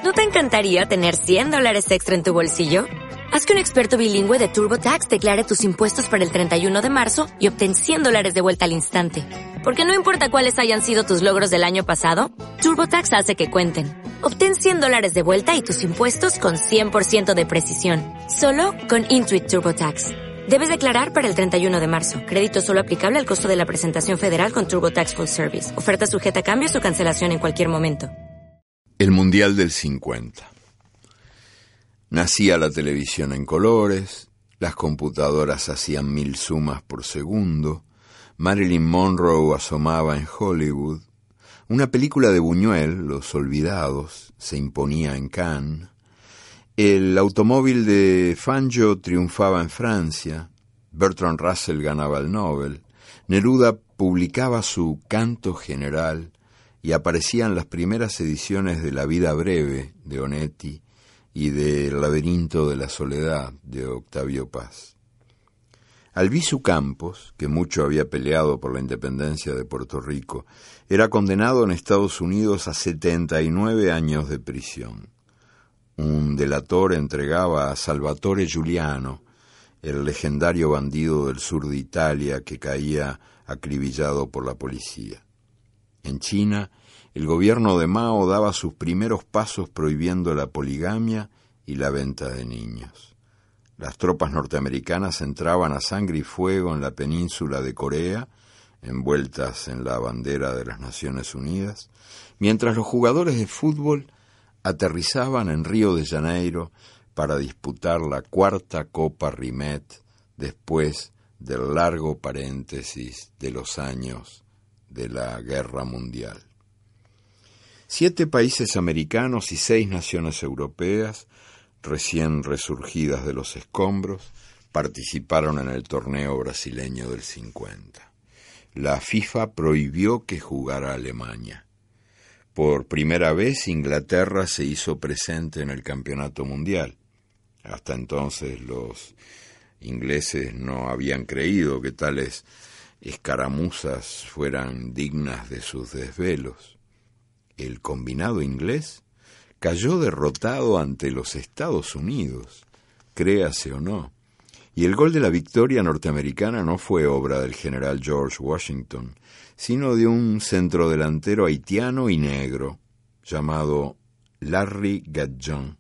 ¿No te encantaría tener $100 extra en tu bolsillo? Haz que un experto bilingüe de TurboTax declare tus impuestos para el 31 de marzo y obtén $100 de vuelta al instante. Porque no importa cuáles hayan sido tus logros del año pasado, TurboTax hace que cuenten. Obtén $100 de vuelta y tus impuestos con 100% de precisión. Solo con Intuit TurboTax. Debes declarar para el 31 de marzo. Crédito solo aplicable al costo de la presentación federal con TurboTax Full Service. Oferta sujeta a cambios o cancelación en cualquier momento. El Mundial del 50. Nacía la televisión en colores, las computadoras hacían 1000 sumas por segundo, Marilyn Monroe asomaba en Hollywood, una película de Buñuel, Los Olvidados, se imponía en Cannes, el automóvil de Fangio triunfaba en Francia, Bertrand Russell ganaba el Nobel, Neruda publicaba su Canto General y aparecían las primeras ediciones de La vida breve de Onetti y de El laberinto de la soledad de Octavio Paz. Albizu Campos, que mucho había peleado por la independencia de Puerto Rico, era condenado en Estados Unidos a 79 años de prisión. Un delator entregaba a Salvatore Giuliano, el legendario bandido del sur de Italia que caía acribillado por la policía. En China, el gobierno de Mao daba sus primeros pasos prohibiendo la poligamia y la venta de niños. Las tropas norteamericanas entraban a sangre y fuego en la península de Corea, envueltas en la bandera de las Naciones Unidas, mientras los jugadores de fútbol aterrizaban en Río de Janeiro para disputar la 4ª Copa Rimet después del largo paréntesis de los años de la Guerra Mundial. 7 países americanos y 6 naciones europeas, recién resurgidas de los escombros, participaron en el torneo brasileño del 50. La FIFA prohibió que jugara Alemania. Por primera vez Inglaterra se hizo presente en el campeonato mundial. Hasta entonces los ingleses no habían creído que tales escaramuzas fueran dignas de sus desvelos. El combinado inglés cayó derrotado ante los Estados Unidos, créase o no, y el gol de la victoria norteamericana no fue obra del general George Washington, sino de un centrodelantero haitiano y negro, llamado Larry Gadjon.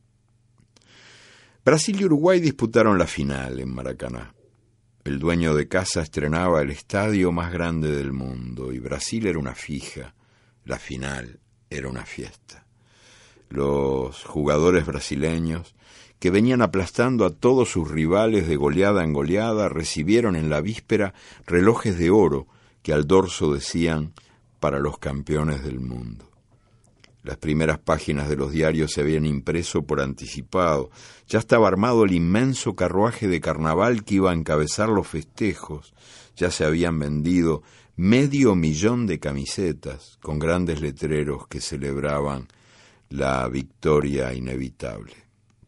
Brasil y Uruguay disputaron la final en Maracaná. El dueño de casa estrenaba el estadio más grande del mundo, y Brasil era una fija, la final era una fiesta. Los jugadores brasileños, que venían aplastando a todos sus rivales de goleada en goleada, recibieron en la víspera relojes de oro que al dorso decían «para los campeones del mundo». Las primeras páginas de los diarios se habían impreso por anticipado. Ya estaba armado el inmenso carruaje de carnaval que iba a encabezar los festejos. Ya se habían vendido 500.000 de camisetas con grandes letreros que celebraban la victoria inevitable.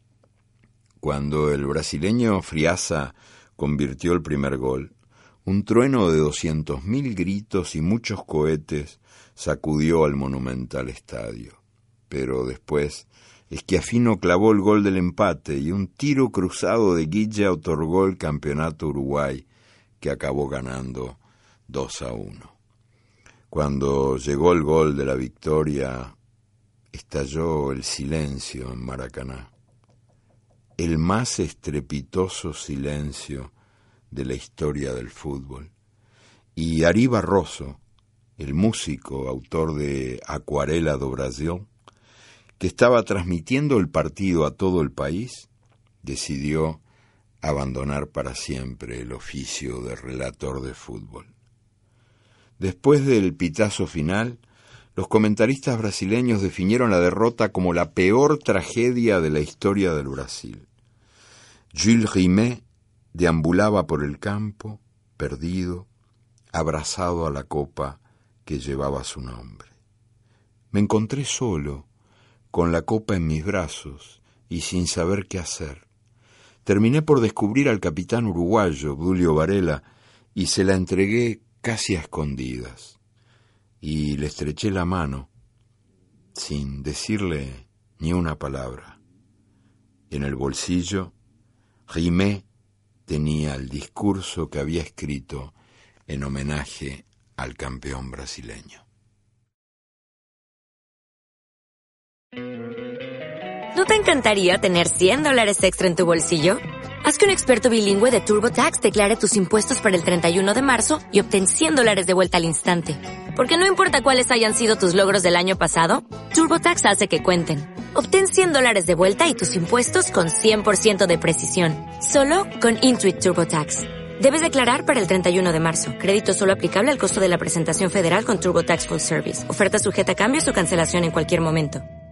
Cuando el brasileño Friasa convirtió el primer gol, un trueno de 200.000 gritos y muchos cohetes sacudió al monumental estadio. Pero después, Schiaffino clavó el gol del empate y un tiro cruzado de Guilla otorgó el campeonato Uruguay, que acabó ganando 2-1. Cuando llegó el gol de la victoria, estalló el silencio en Maracaná. El más estrepitoso silencio de la historia del fútbol. Y Ari Barroso, el músico, autor de Acuarela do Brasil, que estaba transmitiendo el partido a todo el país, decidió abandonar para siempre el oficio de relator de fútbol. Después del pitazo final, los comentaristas brasileños definieron la derrota como la peor tragedia de la historia del Brasil. Jules Rimet deambulaba por el campo, perdido, abrazado a la copa que llevaba su nombre. Me encontré solo, con la copa en mis brazos y sin saber qué hacer. Terminé por descubrir al capitán uruguayo, Julio Varela, y se la entregué casi a escondidas. Y le estreché la mano, sin decirle ni una palabra. Y en el bolsillo, Rimet tenía el discurso que había escrito en homenaje al campeón brasileño. ¿No te encantaría tener $100 extra en tu bolsillo? Haz que un experto bilingüe de TurboTax declare tus impuestos para el 31 de marzo y obtén $100 de vuelta al instante. Porque no importa cuáles hayan sido tus logros del año pasado, TurboTax hace que cuenten. Obtén $100 de vuelta y tus impuestos con 100% de precisión. Solo con Intuit TurboTax. Debes declarar para el 31 de marzo. Crédito solo aplicable al costo de la presentación federal con TurboTax Full Service. Oferta sujeta a cambios o cancelación en cualquier momento.